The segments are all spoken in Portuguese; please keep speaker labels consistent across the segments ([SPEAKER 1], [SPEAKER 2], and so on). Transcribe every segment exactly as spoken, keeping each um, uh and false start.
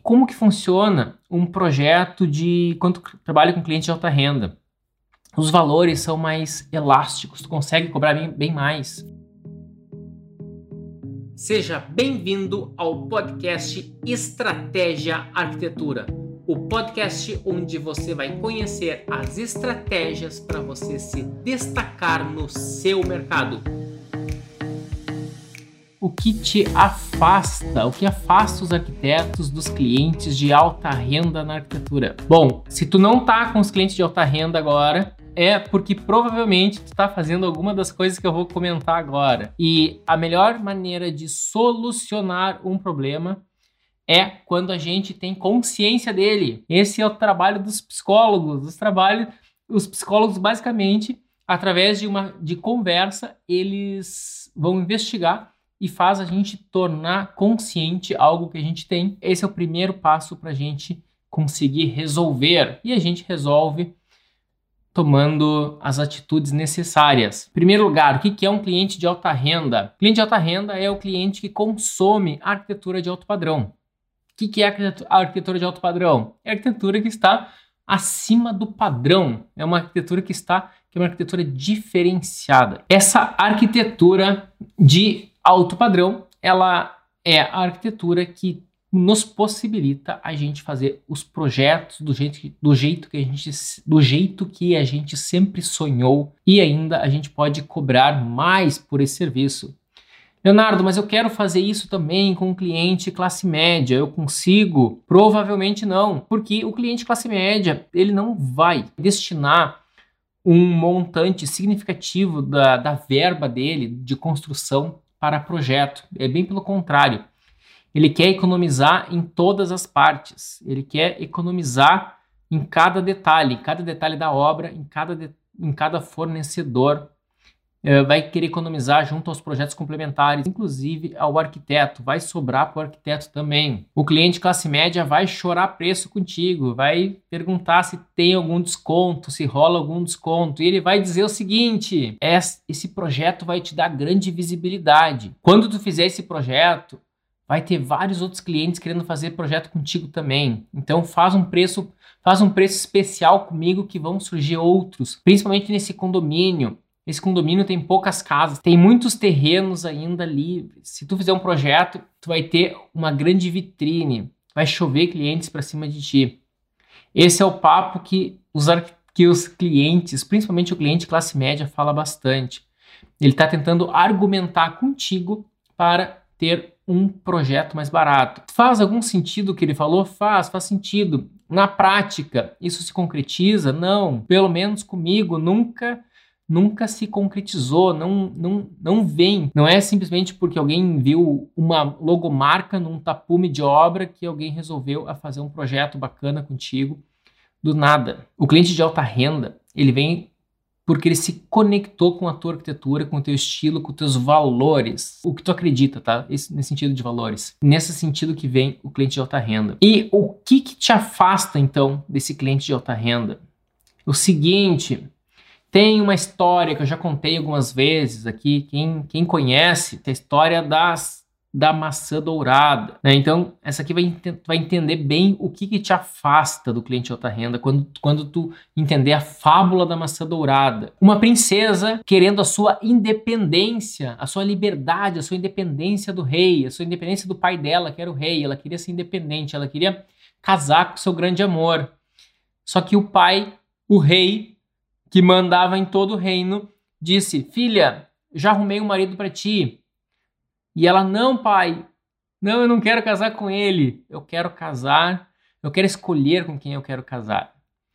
[SPEAKER 1] como que funciona um projeto de quando tu trabalha com cliente de alta renda? Os valores são mais elásticos, tu consegue cobrar bem, bem mais. Seja bem-vindo ao podcast Estratégia Arquitetura, o podcast onde você vai conhecer as estratégias para você se destacar no seu mercado. O que te afasta, o que afasta os arquitetos dos clientes de alta renda na arquitetura? Bom, se tu não tá com os clientes de alta renda agora, é porque provavelmente tu tá fazendo alguma das coisas que eu vou comentar agora. E a melhor maneira de solucionar um problema é quando a gente tem consciência dele. Esse é o trabalho dos psicólogos. Os trabalhos, os psicólogos basicamente, através de uma de conversa, eles vão investigar e faz a gente tornar consciente algo que a gente tem. Esse é o primeiro passo para a gente conseguir resolver. E a gente resolve tomando as atitudes necessárias. Em primeiro lugar, o que é um cliente de alta renda? O cliente de alta renda é o cliente que consome arquitetura de alto padrão. O que é a arquitetura de alto padrão? É a arquitetura que está acima do padrão. É uma arquitetura que está, que é uma arquitetura diferenciada. Essa arquitetura de alto padrão, ela é a arquitetura que nos possibilita a gente fazer os projetos do jeito que, do jeito que a gente do jeito que a gente sempre sonhou, e ainda a gente pode cobrar mais por esse serviço. Leonardo, mas eu quero fazer isso também com um cliente classe média, eu consigo? Provavelmente não, porque o cliente classe média, ele não vai destinar um montante significativo da, da verba dele de construção para projeto. É bem pelo contrário. Ele quer economizar em todas as partes. Ele quer economizar em cada detalhe, em cada detalhe da obra, em cada, de, em cada fornecedor. É, vai querer economizar junto aos projetos complementares, inclusive ao arquiteto. Vai sobrar para o arquiteto também. O cliente classe média vai chorar preço contigo, vai perguntar se tem algum desconto, se rola algum desconto. E ele vai dizer o seguinte: esse projeto vai te dar grande visibilidade. Quando tu fizer esse projeto, vai ter vários outros clientes querendo fazer projeto contigo também. Então faz um preço, faz um preço especial comigo que vão surgir outros, principalmente nesse condomínio. Esse condomínio tem poucas casas, tem muitos terrenos ainda ali. Se tu fizer um projeto, tu vai ter uma grande vitrine, vai chover clientes para cima de ti. Esse é o papo que os, que os clientes, principalmente o cliente classe média, fala bastante. Ele está tentando argumentar contigo para ter um projeto mais barato. Faz algum sentido o que ele falou? Faz, faz sentido. Na prática, isso se concretiza? Não. Pelo menos comigo, nunca, nunca se concretizou. Não, não, não vem. Não é simplesmente porque alguém viu uma logomarca num tapume de obra que alguém resolveu a fazer um projeto bacana contigo do nada. O cliente de alta renda, ele vem porque ele se conectou com a tua arquitetura, com o teu estilo, com os teus valores. O que tu acredita, tá? Esse, nesse sentido de valores. Nesse sentido que vem o cliente de alta renda. E o que que te afasta, então, desse cliente de alta renda? O seguinte, tem uma história que eu já contei algumas vezes aqui. Quem, quem conhece, a história das... da maçã dourada, né? Então essa aqui vai, vai entender bem o que, que te afasta do cliente de alta renda quando, quando tu entender a fábula da maçã dourada. Uma princesa querendo a sua independência, a sua liberdade, a sua independência do rei, a sua independência do pai dela, que era o rei. Ela queria ser independente, ela queria casar com seu grande amor. Só que o pai, o rei, que mandava em todo o reino, disse: filha, já arrumei um marido para ti. E ela: não, pai, não, eu não quero casar com ele, eu quero casar, eu quero escolher com quem eu quero casar.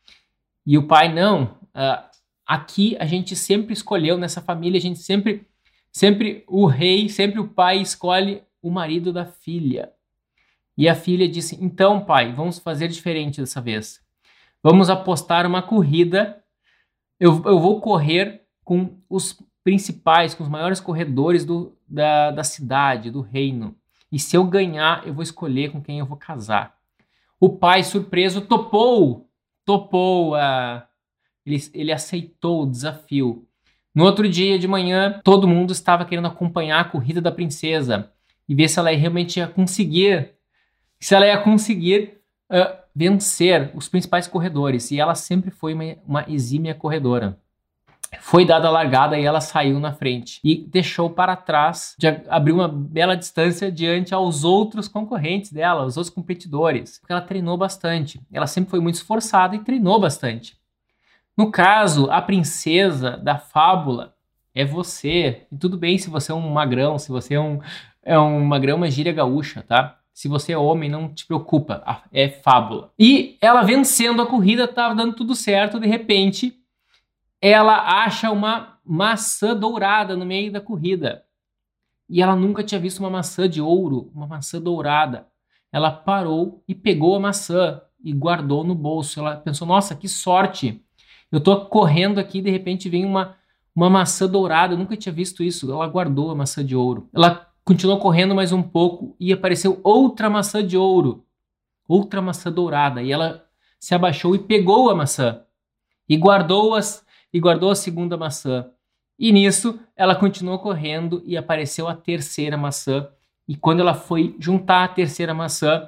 [SPEAKER 1] E o pai: não, uh, aqui a gente sempre escolheu, nessa família, a gente sempre, sempre o rei, sempre o pai escolhe o marido da filha. E a filha disse: então, pai, vamos fazer diferente dessa vez. Vamos apostar uma corrida, eu, eu vou correr com os principais, com os maiores corredores do, da, da cidade, do reino. E se eu ganhar, eu vou escolher com quem eu vou casar. O pai, surpreso, topou. Topou. Uh, ele, ele aceitou o desafio. No outro dia de manhã, todo mundo estava querendo acompanhar a corrida da princesa e ver se ela realmente ia conseguir se ela ia conseguir uh, vencer os principais corredores, e ela sempre foi uma, uma exímia corredora. Foi dada a largada e ela saiu na frente e deixou para trás, de abrir uma bela distância diante aos outros concorrentes dela, os outros competidores, porque ela treinou bastante. Ela sempre foi muito esforçada e treinou bastante. No caso, a princesa da fábula é você. E tudo bem se você é um magrão, se você é um, é um magrão, uma gíria gaúcha, tá? Se você é homem, não te preocupa, é fábula. E ela vencendo a corrida, estava dando tudo certo, de repente ela acha uma maçã dourada no meio da corrida. E ela nunca tinha visto uma maçã de ouro, uma maçã dourada. Ela parou e pegou a maçã e guardou no bolso. Ela pensou, nossa, que sorte. Eu tô correndo aqui e de repente vem uma, uma maçã dourada. Eu nunca tinha visto isso. Ela guardou a maçã de ouro. Ela continuou correndo mais um pouco e apareceu outra maçã de ouro. Outra maçã dourada. E ela se abaixou e pegou a maçã. E guardou as... e guardou a segunda maçã. E nisso, ela continuou correndo e apareceu a terceira maçã. E quando ela foi juntar a terceira maçã,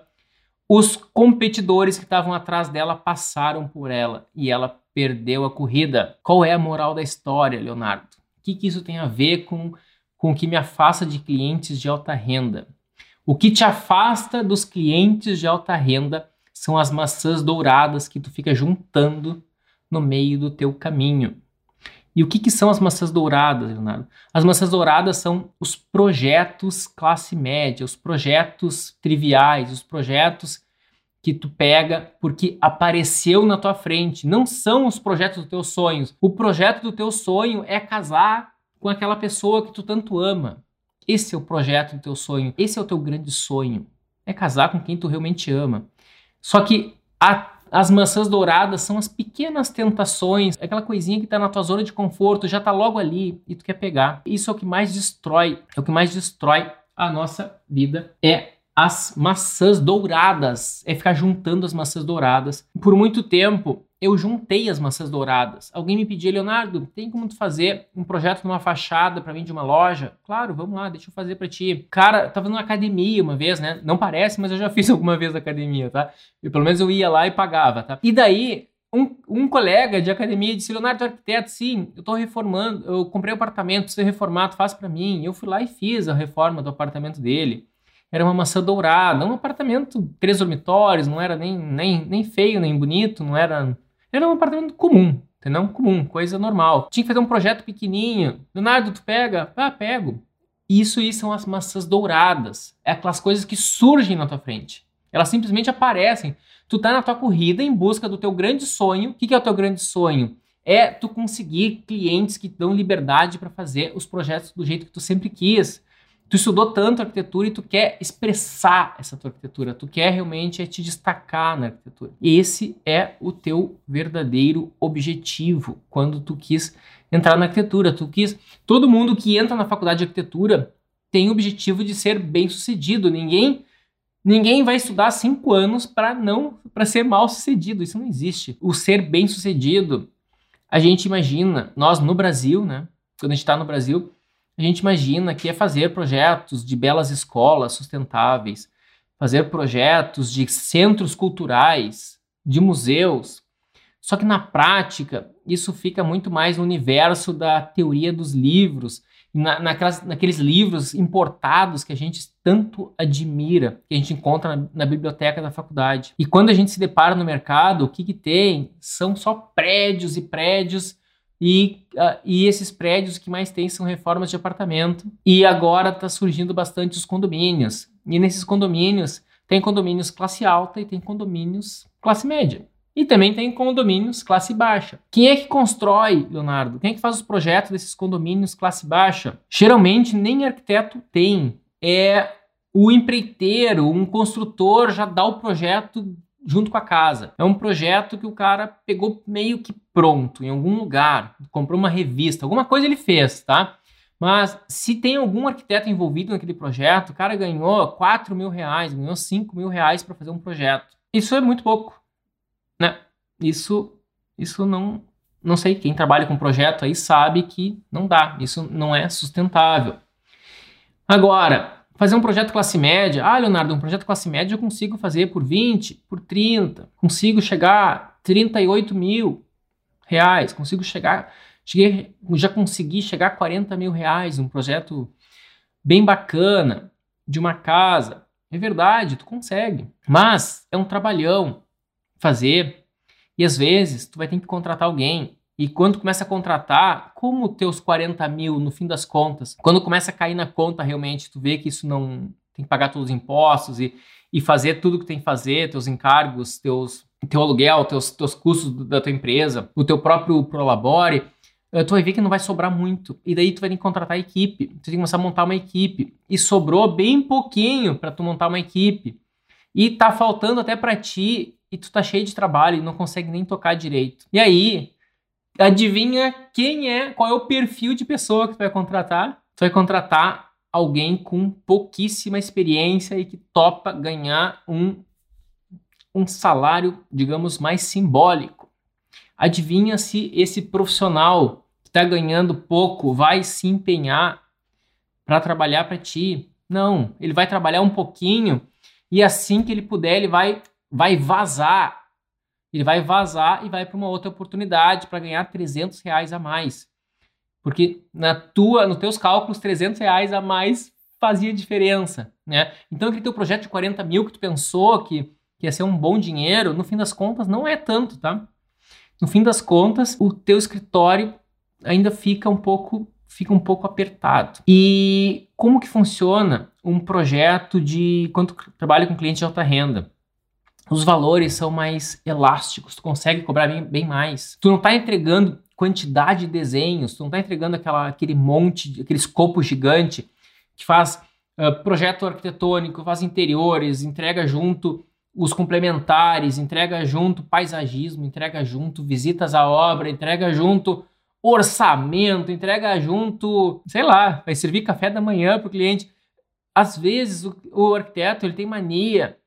[SPEAKER 1] os competidores que estavam atrás dela passaram por ela e ela perdeu a corrida. Qual é a moral da história, Leonardo? O que, que isso tem a ver com, com o que me afasta de clientes de alta renda? O que te afasta dos clientes de alta renda são as maçãs douradas que tu fica juntando no meio do teu caminho. E o que, que são as maçãs douradas, Leonardo? As maçãs douradas são os projetos classe média, os projetos triviais, os projetos que tu pega porque apareceu na tua frente. Não são os projetos dos teus sonhos. O projeto do teu sonho é casar com aquela pessoa que tu tanto ama. Esse é o projeto do teu sonho. Esse é o teu grande sonho. É casar com quem tu realmente ama. Só que a As maçãs douradas são as pequenas tentações, aquela coisinha que está na tua zona de conforto, já está logo ali e tu quer pegar. Isso é o que mais destrói, é o que mais destrói a nossa vida, é as maçãs douradas, é ficar juntando as maçãs douradas. Por muito tempo, eu juntei as maçãs douradas. Alguém me pedia, Leonardo, tem como tu fazer um projeto numa fachada para mim de uma loja? Claro, vamos lá, deixa eu fazer para ti. Cara, tava numa academia uma vez, né? Não parece, mas eu já fiz alguma vez na academia, tá? E pelo menos eu ia lá e pagava, tá? E daí, um, um colega de academia disse, Leonardo, tu é arquiteto? Sim, eu tô reformando, eu comprei um apartamento, preciso reformar, tu faz para mim. Eu fui lá e fiz a reforma do apartamento dele. Era uma maçã dourada, um apartamento, três dormitórios, não era nem, nem, nem feio, nem bonito, não era... Era um apartamento comum, entendeu? Comum, coisa normal. Tinha que fazer um projeto pequenininho. Leonardo, tu pega? Ah, pego. Isso aí são as maçãs douradas. É aquelas coisas que surgem na tua frente. Elas simplesmente aparecem. Tu tá na tua corrida em busca do teu grande sonho. O que, que é o teu grande sonho? É tu conseguir clientes que te dão liberdade para fazer os projetos do jeito que tu sempre quis. Tu estudou tanto arquitetura e tu quer expressar essa tua arquitetura. Tu quer realmente é te destacar na arquitetura. Esse é o teu verdadeiro objetivo quando tu quis entrar na arquitetura. Tu quis... Todo mundo que entra na faculdade de arquitetura tem o objetivo de ser bem sucedido. Ninguém, ninguém vai estudar cinco anos para não para ser mal sucedido. Isso não existe. O ser bem sucedido, a gente imagina, nós no Brasil, né? Quando a gente está no Brasil, a gente imagina que é fazer projetos de belas escolas sustentáveis, fazer projetos de centros culturais, de museus. Só que na prática, isso fica muito mais no universo da teoria dos livros, na, naquelas, naqueles livros importados que a gente tanto admira, que a gente encontra na, na biblioteca da faculdade. E quando a gente se depara no mercado, o que, que tem? São só prédios e prédios. E, uh, e esses prédios que mais tem são reformas de apartamento. E agora está surgindo bastante os condomínios. E nesses condomínios, tem condomínios classe alta e tem condomínios classe média. E também tem condomínios classe baixa. Quem é que constrói, Leonardo? Quem é que faz os projetos desses condomínios classe baixa? Geralmente nem arquiteto tem. É o empreiteiro, um construtor já dá o projeto junto com a casa. É um projeto que o cara pegou meio que pronto, em algum lugar, comprou uma revista, alguma coisa ele fez, tá? Mas se tem algum arquiteto envolvido naquele projeto, o cara ganhou quatro mil reais, ganhou cinco mil reais para fazer um projeto. Isso é muito pouco, né? Isso, isso não, não sei, quem trabalha com projeto aí sabe que não dá, isso não é sustentável. Agora, Fazer um projeto classe média. Ah, Leonardo, um projeto classe média eu consigo fazer por vinte, por trinta. Consigo chegar a trinta e oito mil reais. Consigo chegar... Cheguei, já consegui chegar a quarenta mil reais. Um projeto bem bacana, de uma casa. É verdade, tu consegue. Mas é um trabalhão fazer. E às vezes tu vai ter que contratar alguém. E quando começa a contratar, como teus quarenta mil no fim das contas, quando começa a cair na conta realmente, tu vê que isso não tem que pagar todos os impostos e, e fazer tudo que tem que fazer, teus encargos, teus, teu aluguel, teus, teus custos da tua empresa, o teu próprio Prolabore, tu vai ver que não vai sobrar muito. E daí tu vai ter que contratar a equipe, tu tem que começar a montar uma equipe. E sobrou bem pouquinho para tu montar uma equipe. E tá faltando até para ti, e tu tá cheio de trabalho e não consegue nem tocar direito. E aí... adivinha quem é, qual é o perfil de pessoa que tu vai contratar? Tu vai contratar alguém com pouquíssima experiência e que topa ganhar um, um salário, digamos, mais simbólico. Adivinha se esse profissional que está ganhando pouco vai se empenhar para trabalhar para ti? Não, ele vai trabalhar um pouquinho e assim que ele puder, ele vai, vai vazar. Ele vai vazar e vai para uma outra oportunidade para ganhar trezentos reais a mais. Porque na tua, nos teus cálculos, trezentos reais a mais fazia diferença, né? Então, aquele teu projeto de quarenta mil que tu pensou que, que ia ser um bom dinheiro, no fim das contas, não é tanto, tá? No fim das contas, o teu escritório ainda fica um pouco, fica um pouco apertado. E como que funciona um projeto de quando tu trabalha com cliente de alta renda? Os valores são mais elásticos, tu consegue cobrar bem, bem mais. Tu não está entregando quantidade de desenhos, tu não está entregando aquela, aquele monte, aquele escopo gigante que faz uh, projeto arquitetônico, faz interiores, entrega junto os complementares, entrega junto paisagismo, entrega junto visitas à obra, entrega junto orçamento, entrega junto, sei lá, vai servir café da manhã para o cliente. Às vezes o, o arquiteto ele tem mania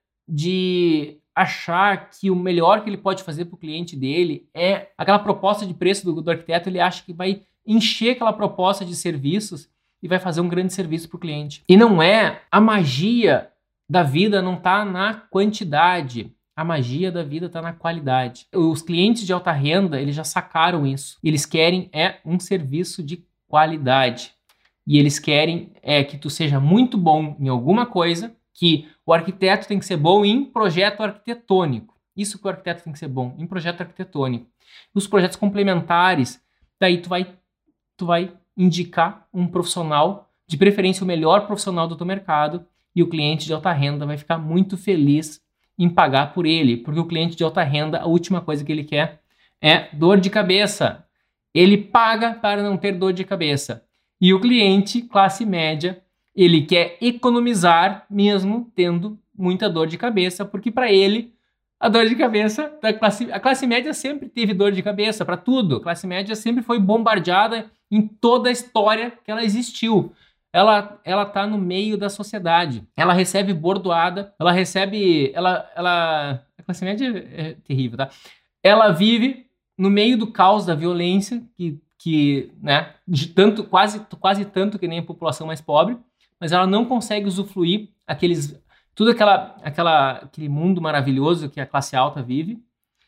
[SPEAKER 1] de achar que o melhor que ele pode fazer para o cliente dele é aquela proposta de preço do, do arquiteto, ele acha que vai encher aquela proposta de serviços e vai fazer um grande serviço para o cliente. E não é, a magia da vida não está na quantidade, a magia da vida está na qualidade. Os clientes de alta renda, eles já sacaram isso. Eles querem é um serviço de qualidade. E eles querem é que tu seja muito bom em alguma coisa, que o arquiteto tem que ser bom em projeto arquitetônico. Isso que o arquiteto tem que ser bom, em projeto arquitetônico. Os projetos complementares, daí tu vai, tu vai indicar um profissional, de preferência o melhor profissional do teu mercado, e o cliente de alta renda vai ficar muito feliz em pagar por ele, porque o cliente de alta renda, a última coisa que ele quer é dor de cabeça. Ele paga para não ter dor de cabeça. E o cliente, classe média, ele quer economizar mesmo tendo muita dor de cabeça, porque para ele a dor de cabeça da classe, a classe média sempre teve dor de cabeça para tudo. A classe média sempre foi bombardeada em toda a história que ela existiu. Ela ela tá no meio da sociedade. Ela recebe bordoada, ela recebe ela ela a classe média é terrível, tá? Ela vive no meio do caos da violência que que, né, de tanto quase quase tanto que nem a população mais pobre. Mas ela não consegue usufruir aqueles, tudo aquela, aquela, aquele mundo maravilhoso que a classe alta vive.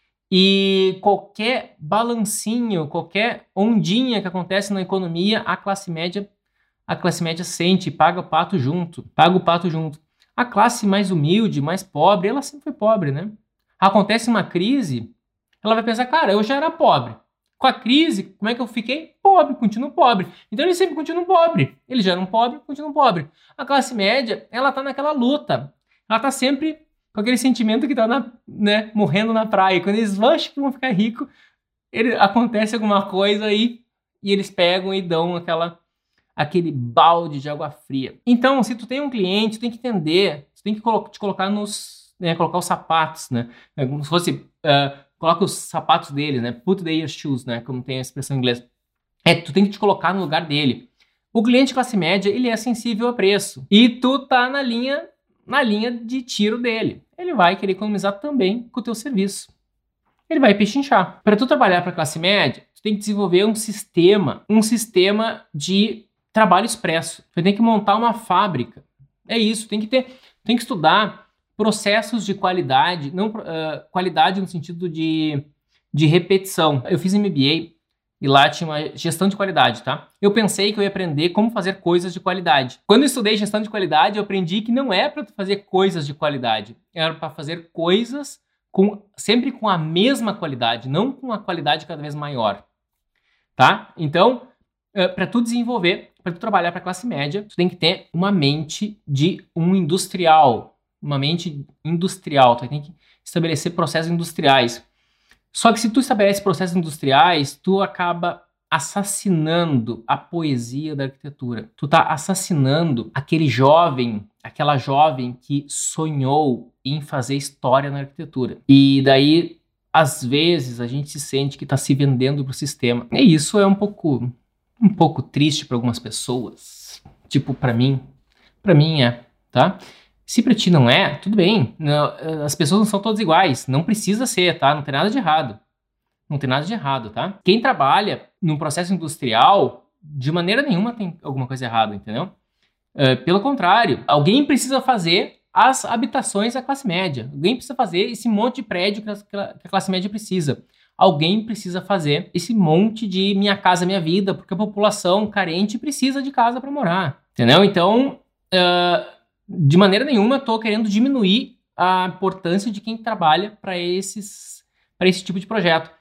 [SPEAKER 1] E qualquer balancinho, qualquer ondinha que acontece na economia, a classe média, a classe média sente, paga o pato junto, paga o pato junto. A classe mais humilde, mais pobre, ela sempre foi pobre, né? Acontece uma crise, ela vai pensar, cara, eu já era pobre. Com a crise, como é que eu fiquei? Pobre, continuo pobre. Então eles sempre continuam pobre. Eles já eram pobres, continuam pobre. A classe média, ela tá naquela luta. Ela tá sempre com aquele sentimento que tá na, né, morrendo na praia. Quando eles acham que vão ficar ricos, ele, acontece alguma coisa aí e eles pegam e dão aquela, aquele balde de água fria. Então, se tu tem um cliente, tu tem que entender, tu tem que colo- te colocar nos, né, colocar os sapatos, né? Como se fosse... Uh, coloca os sapatos dele, né? Put their shoes, né? Como tem a expressão em inglês. É, tu tem que te colocar no lugar dele. O cliente classe média, ele é sensível a preço. E tu tá na linha, na linha de tiro dele. Ele vai querer economizar também com o teu serviço. Ele vai pechinchar. Para tu trabalhar para classe média, tu tem que desenvolver um sistema, um sistema de trabalho expresso. Tu tem que montar uma fábrica É isso, tem que ter, tem que estudar processos de qualidade, não uh, qualidade no sentido de, de repetição. Eu fiz M B A e lá tinha uma gestão de qualidade, tá? Eu pensei que eu ia aprender como fazer coisas de qualidade. Quando eu estudei gestão de qualidade, eu aprendi que não é para fazer coisas de qualidade, era para fazer coisas com, sempre com a mesma qualidade, não com a qualidade cada vez maior, tá? Então, uh, para tu desenvolver, para tu trabalhar para a classe média, tu tem que ter uma mente de um industrial, uma mente industrial, tu tem que estabelecer processos industriais. Só que se tu estabelece processos industriais, tu acaba assassinando a poesia da arquitetura. Tu tá assassinando aquele jovem, aquela jovem que sonhou em fazer história na arquitetura. E daí, às vezes, a gente se sente que tá se vendendo pro sistema. E isso é um pouco, um pouco triste para algumas pessoas. Tipo, para mim, para mim é, tá? Se pra ti não é, tudo bem. Não, as pessoas não são todas iguais. Não precisa ser, tá? Não tem nada de errado. Não tem nada de errado, tá? Quem trabalha num processo industrial, de maneira nenhuma tem alguma coisa errada, entendeu? Uh, pelo contrário, alguém precisa fazer as habitações da classe média. Alguém precisa fazer esse monte de prédio que a, que a classe média precisa. Alguém precisa fazer esse monte de Minha Casa Minha Vida, porque a população carente precisa de casa para morar, entendeu? Então, uh, de maneira nenhuma estou querendo diminuir a importância de quem trabalha para esses, para esse tipo de projeto.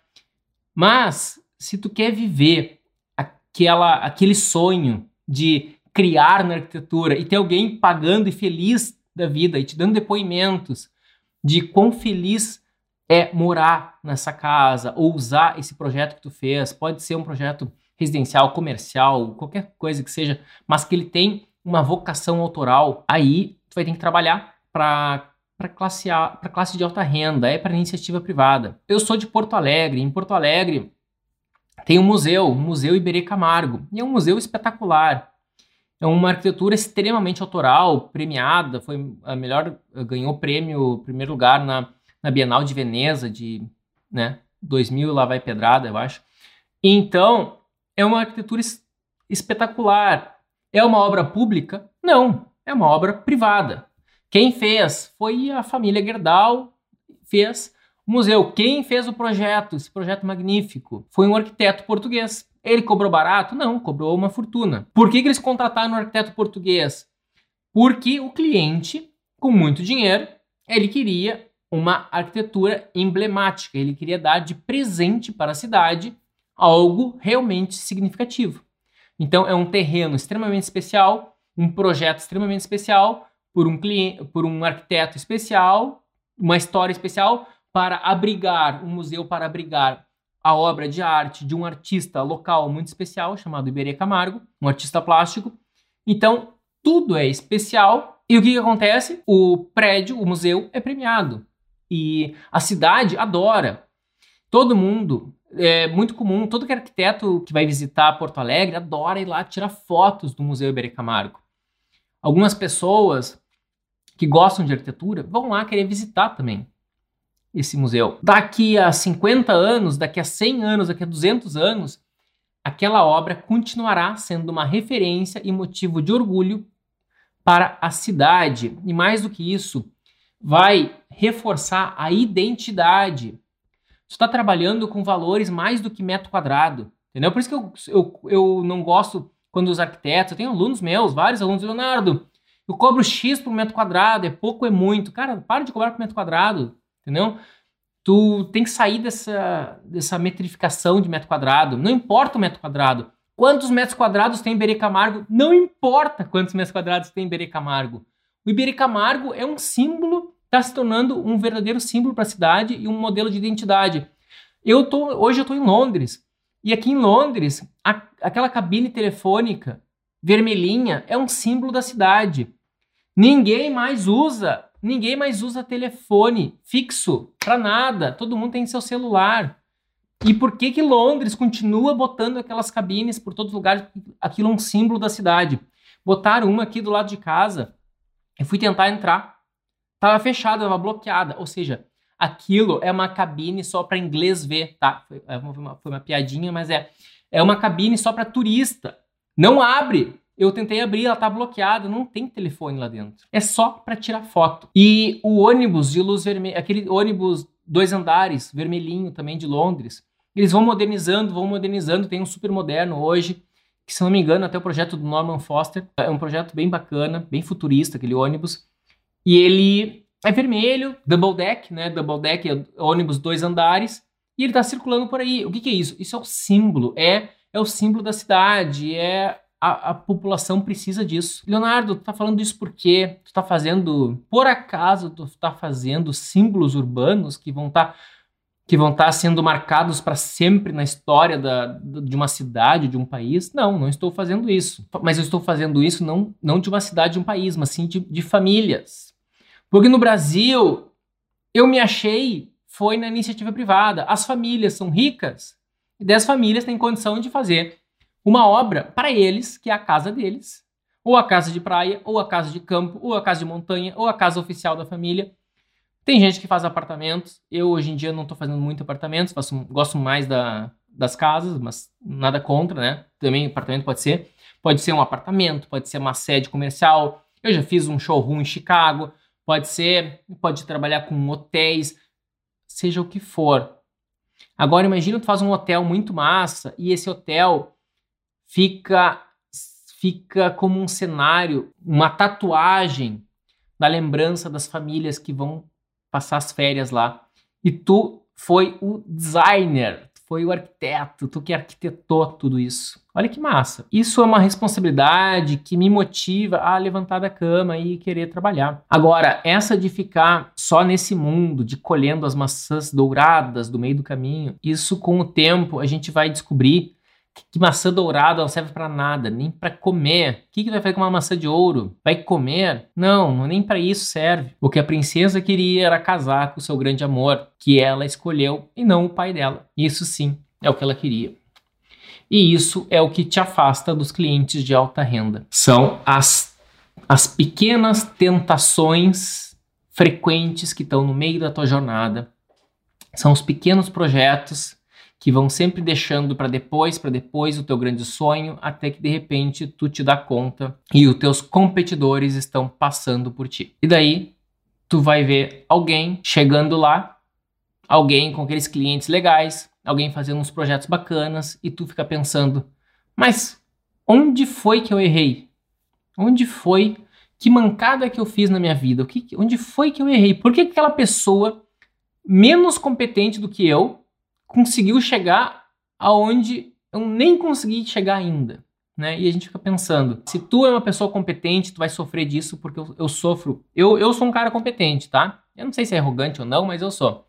[SPEAKER 1] Mas, se tu quer viver aquela, aquele sonho de criar na arquitetura e ter alguém pagando e feliz da vida e te dando depoimentos de quão feliz é morar nessa casa ou usar esse projeto que tu fez, pode ser um projeto residencial, comercial, qualquer coisa que seja, mas que ele tem uma vocação autoral, aí tu vai ter que trabalhar para para classe A, para classe de alta renda, é para iniciativa privada. Eu sou de Porto Alegre, em Porto Alegre tem um museu, o Museu Iberê Camargo, e é um museu espetacular. É uma arquitetura extremamente autoral, premiada, foi a melhor, ganhou prêmio, primeiro lugar na, na Bienal de Veneza de, né, dois mil, lá vai pedrada, eu acho. Então, é uma arquitetura es, espetacular. É uma obra pública? Não, é uma obra privada. Quem fez foi a família Gerdau, fez o museu. Quem fez o projeto, esse projeto magnífico, foi um arquiteto português. Ele cobrou barato? Não, cobrou uma fortuna. Por que que eles contrataram um arquiteto português? Porque o cliente, com muito dinheiro, ele queria uma arquitetura emblemática, ele queria dar de presente para a cidade algo realmente significativo. Então é um terreno extremamente especial, um projeto extremamente especial, por um cliente, por um arquiteto especial, uma história especial para abrigar, um museu para abrigar a obra de arte de um artista local muito especial, chamado Iberê Camargo, um artista plástico. Então, tudo é especial. E o que, que acontece? O prédio, o museu, é premiado. E a cidade adora. Todo mundo, é muito comum, todo que arquiteto que vai visitar Porto Alegre adora ir lá tirar fotos do Museu Iberê Camargo. Algumas pessoas que gostam de arquitetura vão lá querer visitar também esse museu. Daqui a cinquenta anos, daqui a cem anos, daqui a duzentos anos, aquela obra continuará sendo uma referência e motivo de orgulho para a cidade. E mais do que isso, vai reforçar a identidade. Você está trabalhando com valores mais do que metro quadrado, entendeu? Por isso que eu, eu, eu não gosto quando os arquitetos... Eu tenho alunos meus, vários alunos, Leonardo, eu cobro X por metro quadrado, é pouco, é muito. Cara, para de cobrar por metro quadrado, entendeu? Tu tem que sair dessa, dessa metrificação de metro quadrado. Não importa o metro quadrado. Quantos metros quadrados tem Iberê Camargo? Não importa quantos metros quadrados tem Iberê Camargo. O Iberê Camargo é um símbolo, está se tornando um verdadeiro símbolo para a cidade e um modelo de identidade. Eu tô, hoje eu estou em Londres. E aqui em Londres, a, aquela cabine telefônica vermelhinha é um símbolo da cidade. Ninguém mais usa, ninguém mais usa telefone fixo para nada. Todo mundo tem seu celular. E por que que Londres continua botando aquelas cabines por todos os lugares? Aquilo é um símbolo da cidade. Botaram uma aqui do lado de casa. Eu fui tentar entrar. Tava fechada, tava bloqueada. Ou seja, aquilo é uma cabine só para inglês ver, tá? Foi uma, foi uma piadinha, mas é. É uma cabine só para turista. Não abre. Eu tentei abrir, ela tá bloqueada, não tem telefone lá dentro. É só para tirar foto. E o ônibus de luz vermelha, aquele ônibus dois andares, vermelhinho também de Londres, eles vão modernizando, vão modernizando, tem um super moderno hoje, que se não me engano até o projeto do Norman Foster, é um projeto bem bacana, bem futurista aquele ônibus, e ele é vermelho, double deck, né, double deck é ônibus dois andares, e ele tá circulando por aí. O que que é isso? Isso é o símbolo, é, é o símbolo da cidade, é... A, a população precisa disso. Leonardo, tu tá falando isso por quê? Tu tá fazendo... Por acaso tu tá fazendo símbolos urbanos que vão estar... Tá, que vão estar tá sendo marcados para sempre na história da, de uma cidade, de um país? Não, não estou fazendo isso. Mas eu estou fazendo isso não, não de uma cidade, de um país, mas sim de, de famílias. Porque no Brasil, eu me achei, foi na iniciativa privada. As famílias são ricas e dez famílias têm condição de fazer uma obra para eles, que é a casa deles, ou a casa de praia, ou a casa de campo, ou a casa de montanha, ou a casa oficial da família. Tem gente que faz apartamentos. Eu, hoje em dia, não estou fazendo muito apartamentos, faço, gosto mais da, das casas, mas nada contra, né? Também apartamento pode ser. Pode ser um apartamento, pode ser uma sede comercial. Eu já fiz um showroom em Chicago. Pode ser, pode trabalhar com hotéis, seja o que for. Agora, imagina tu faz um hotel muito massa e esse hotel fica, fica como um cenário, uma tatuagem da lembrança das famílias que vão passar as férias lá. E tu foi o designer, tu foi o arquiteto, tu que arquitetou tudo isso. Olha que massa. Isso é uma responsabilidade que me motiva a levantar da cama e querer trabalhar. Agora, essa de ficar só nesse mundo, de colhendo as maçãs douradas do meio do caminho, isso com o tempo a gente vai descobrir que maçã dourada não serve para nada, nem para comer. O que, que vai fazer com uma maçã de ouro? Vai comer? Não, nem para isso serve. O que a princesa queria era casar com o seu grande amor, que ela escolheu e não o pai dela. Isso sim é o que ela queria. E isso é o que te afasta dos clientes de alta renda. São as, as pequenas tentações frequentes que estão no meio da tua jornada. São os pequenos projetos que vão sempre deixando para depois, para depois o teu grande sonho, até que de repente tu te dá conta e os teus competidores estão passando por ti. E daí tu vai ver alguém chegando lá, alguém com aqueles clientes legais, alguém fazendo uns projetos bacanas e tu fica pensando, mas onde foi que eu errei? Onde foi? Que mancada que eu fiz na minha vida? O que, onde foi que eu errei? Por que aquela pessoa menos competente do que eu conseguiu chegar aonde eu nem consegui chegar ainda, né? E a gente fica pensando, se tu é uma pessoa competente, tu vai sofrer disso porque eu, eu sofro. Eu, eu sou um cara competente, tá? Eu não sei se é arrogante ou não, mas eu sou.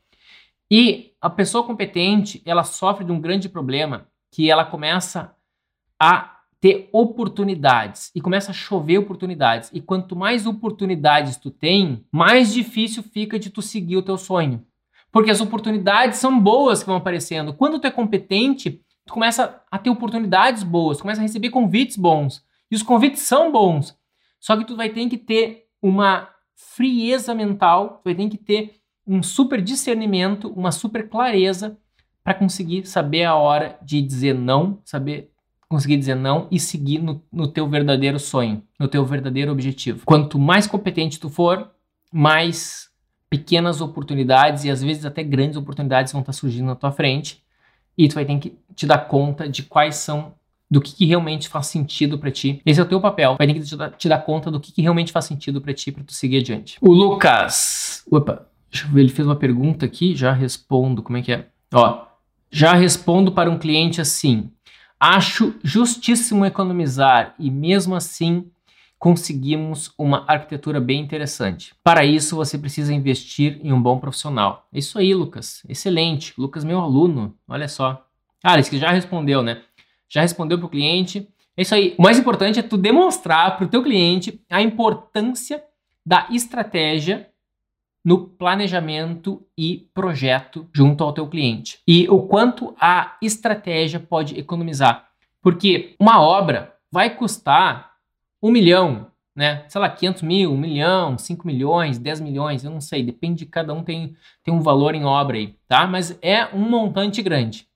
[SPEAKER 1] E a pessoa competente, ela sofre de um grande problema, que ela começa a ter oportunidades e começa a chover oportunidades. E quanto mais oportunidades tu tem, mais difícil fica de tu seguir o teu sonho. Porque as oportunidades são boas que vão aparecendo. Quando tu é competente, tu começa a ter oportunidades boas, tu começa a receber convites bons. E os convites são bons. Só que tu vai ter que ter uma frieza mental, tu vai ter que ter um super discernimento, uma super clareza para conseguir saber a hora de dizer não, saber conseguir dizer não e seguir no, no teu verdadeiro sonho, no teu verdadeiro objetivo. Quanto mais competente tu for, mais pequenas oportunidades e às vezes até grandes oportunidades vão estar surgindo na tua frente e tu vai ter que te dar conta de quais são, do que, que realmente faz sentido para ti. Esse é o teu papel, vai ter que te dar, te dar conta do que, que realmente faz sentido para ti, para tu seguir adiante. O Lucas, opa, deixa eu ver, ele fez uma pergunta aqui, já respondo, como é que é? Ó, já respondo para um cliente assim, acho justíssimo economizar e mesmo assim conseguimos uma arquitetura bem interessante. Para isso, você precisa investir em um bom profissional. É isso aí, Lucas. Excelente. Lucas, meu aluno. Olha só. Ah, esse que já respondeu, né? Já respondeu para o cliente. É isso aí. O mais importante é tu demonstrar para o teu cliente a importância da estratégia no planejamento e projeto junto ao teu cliente. E o quanto a estratégia pode economizar. Porque uma obra vai custar um milhão, né? Sei lá, quinhentos mil, um milhão, cinco milhões, dez milhões, eu não sei, depende de cada um, tem, tem um valor em obra aí, tá? Mas é um montante grande.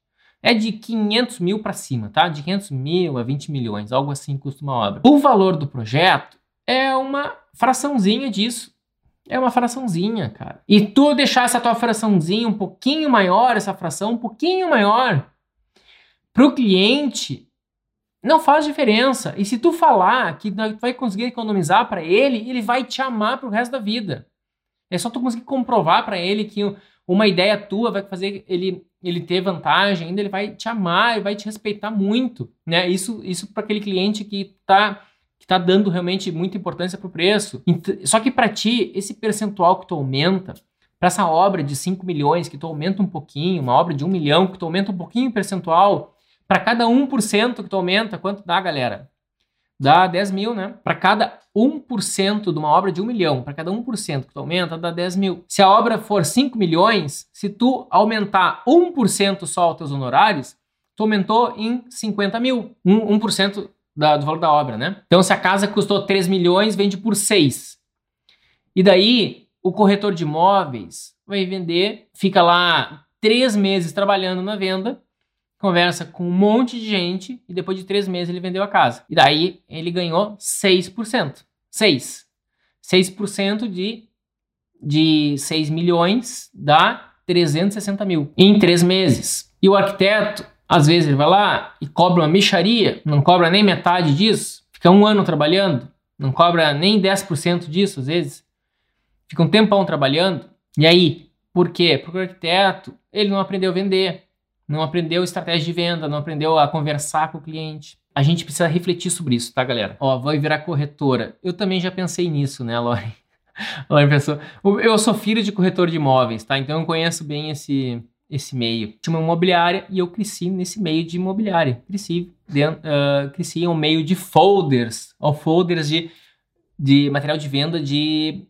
[SPEAKER 1] é de quinhentos mil para cima, tá? De quinhentos mil a vinte milhões, algo assim custa uma obra. O valor do projeto é uma fraçãozinha disso. É uma fraçãozinha, cara. E tu deixar essa tua fraçãozinha um pouquinho maior, essa fração um pouquinho maior, pro cliente, não faz diferença. E se tu falar que tu vai conseguir economizar para ele, ele vai te amar pro resto da vida. É só tu conseguir comprovar para ele que uma ideia tua vai fazer ele, ele ter vantagem, ainda ele vai te amar, ele vai te respeitar muito, né? Isso, isso para aquele cliente que tá, que tá dando realmente muita importância pro preço. Só que para ti, esse percentual que tu aumenta, para essa obra de cinco milhões que tu aumenta um pouquinho, uma obra de um milhão que tu aumenta um pouquinho o percentual, para cada um por cento que tu aumenta, quanto dá, galera? Dá dez mil, né? Para cada um por cento de uma obra de um milhão, para cada um por cento que tu aumenta, dá dez mil. Se a obra for cinco milhões, se tu aumentar um por cento só os teus honorários, tu aumentou em cinquenta mil. um por cento da, do valor da obra, né? Então, se a casa custou três milhões, vende por seis. E daí, o corretor de imóveis vai vender, fica lá três meses trabalhando na venda, conversa com um monte de gente e depois de três meses ele vendeu a casa. E daí ele ganhou seis por cento. seis. seis por cento de, de seis milhões dá trezentos e sessenta mil em três meses. E o arquiteto, às vezes ele vai lá e cobra uma mixaria, não cobra nem metade disso, fica um ano trabalhando, não cobra nem dez por cento disso às vezes, fica um tempão trabalhando. E aí, por quê? Porque o arquiteto, ele não aprendeu a vender, não aprendeu estratégia de venda, não aprendeu a conversar com o cliente. A gente precisa refletir sobre isso, tá, galera? Ó, vai virar corretora. Eu também já pensei nisso, né, Lauren? A Lauren pensou. Eu sou filho de corretor de imóveis, tá? Então eu conheço bem esse, esse meio. Tinha uma imobiliária e eu cresci nesse meio de imobiliária. Cresci, dentro, uh, cresci em um meio de folders, ó, folders de, de material de venda de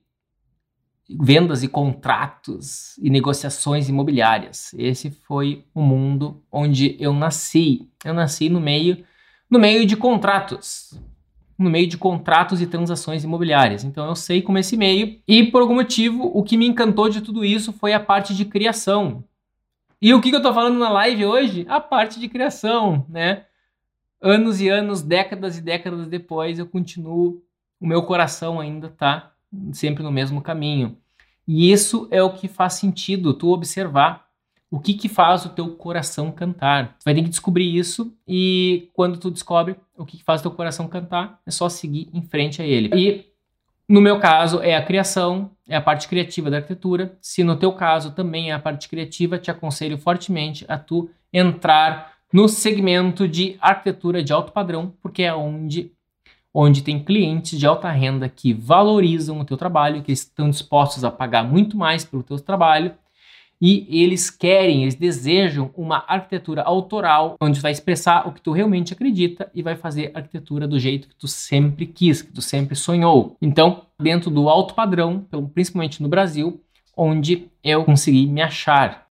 [SPEAKER 1] vendas e contratos e negociações imobiliárias. Esse foi o mundo onde eu nasci. Eu nasci no meio, no meio de contratos, no meio de contratos e transações imobiliárias. Então eu sei como é esse meio e por algum motivo o que me encantou de tudo isso foi a parte de criação. E o que, que eu tô falando na live hoje? A parte de criação, né? Anos e anos, décadas e décadas depois, eu continuo, o meu coração ainda tá sempre no mesmo caminho. E isso é o que faz sentido, tu observar o que que faz o teu coração cantar. Tu vai ter que descobrir isso e quando tu descobre o que que faz o teu coração cantar, é só seguir em frente a ele. E no meu caso é a criação, é a parte criativa da arquitetura. Se no teu caso também é a parte criativa, te aconselho fortemente a tu entrar no segmento de arquitetura de alto padrão, porque é onde onde tem clientes de alta renda que valorizam o teu trabalho, que estão dispostos a pagar muito mais pelo teu trabalho e eles querem, eles desejam uma arquitetura autoral onde tu vai expressar o que tu realmente acredita e vai fazer arquitetura do jeito que tu sempre quis, que tu sempre sonhou. Então, dentro do alto padrão, principalmente no Brasil, onde eu consegui me achar.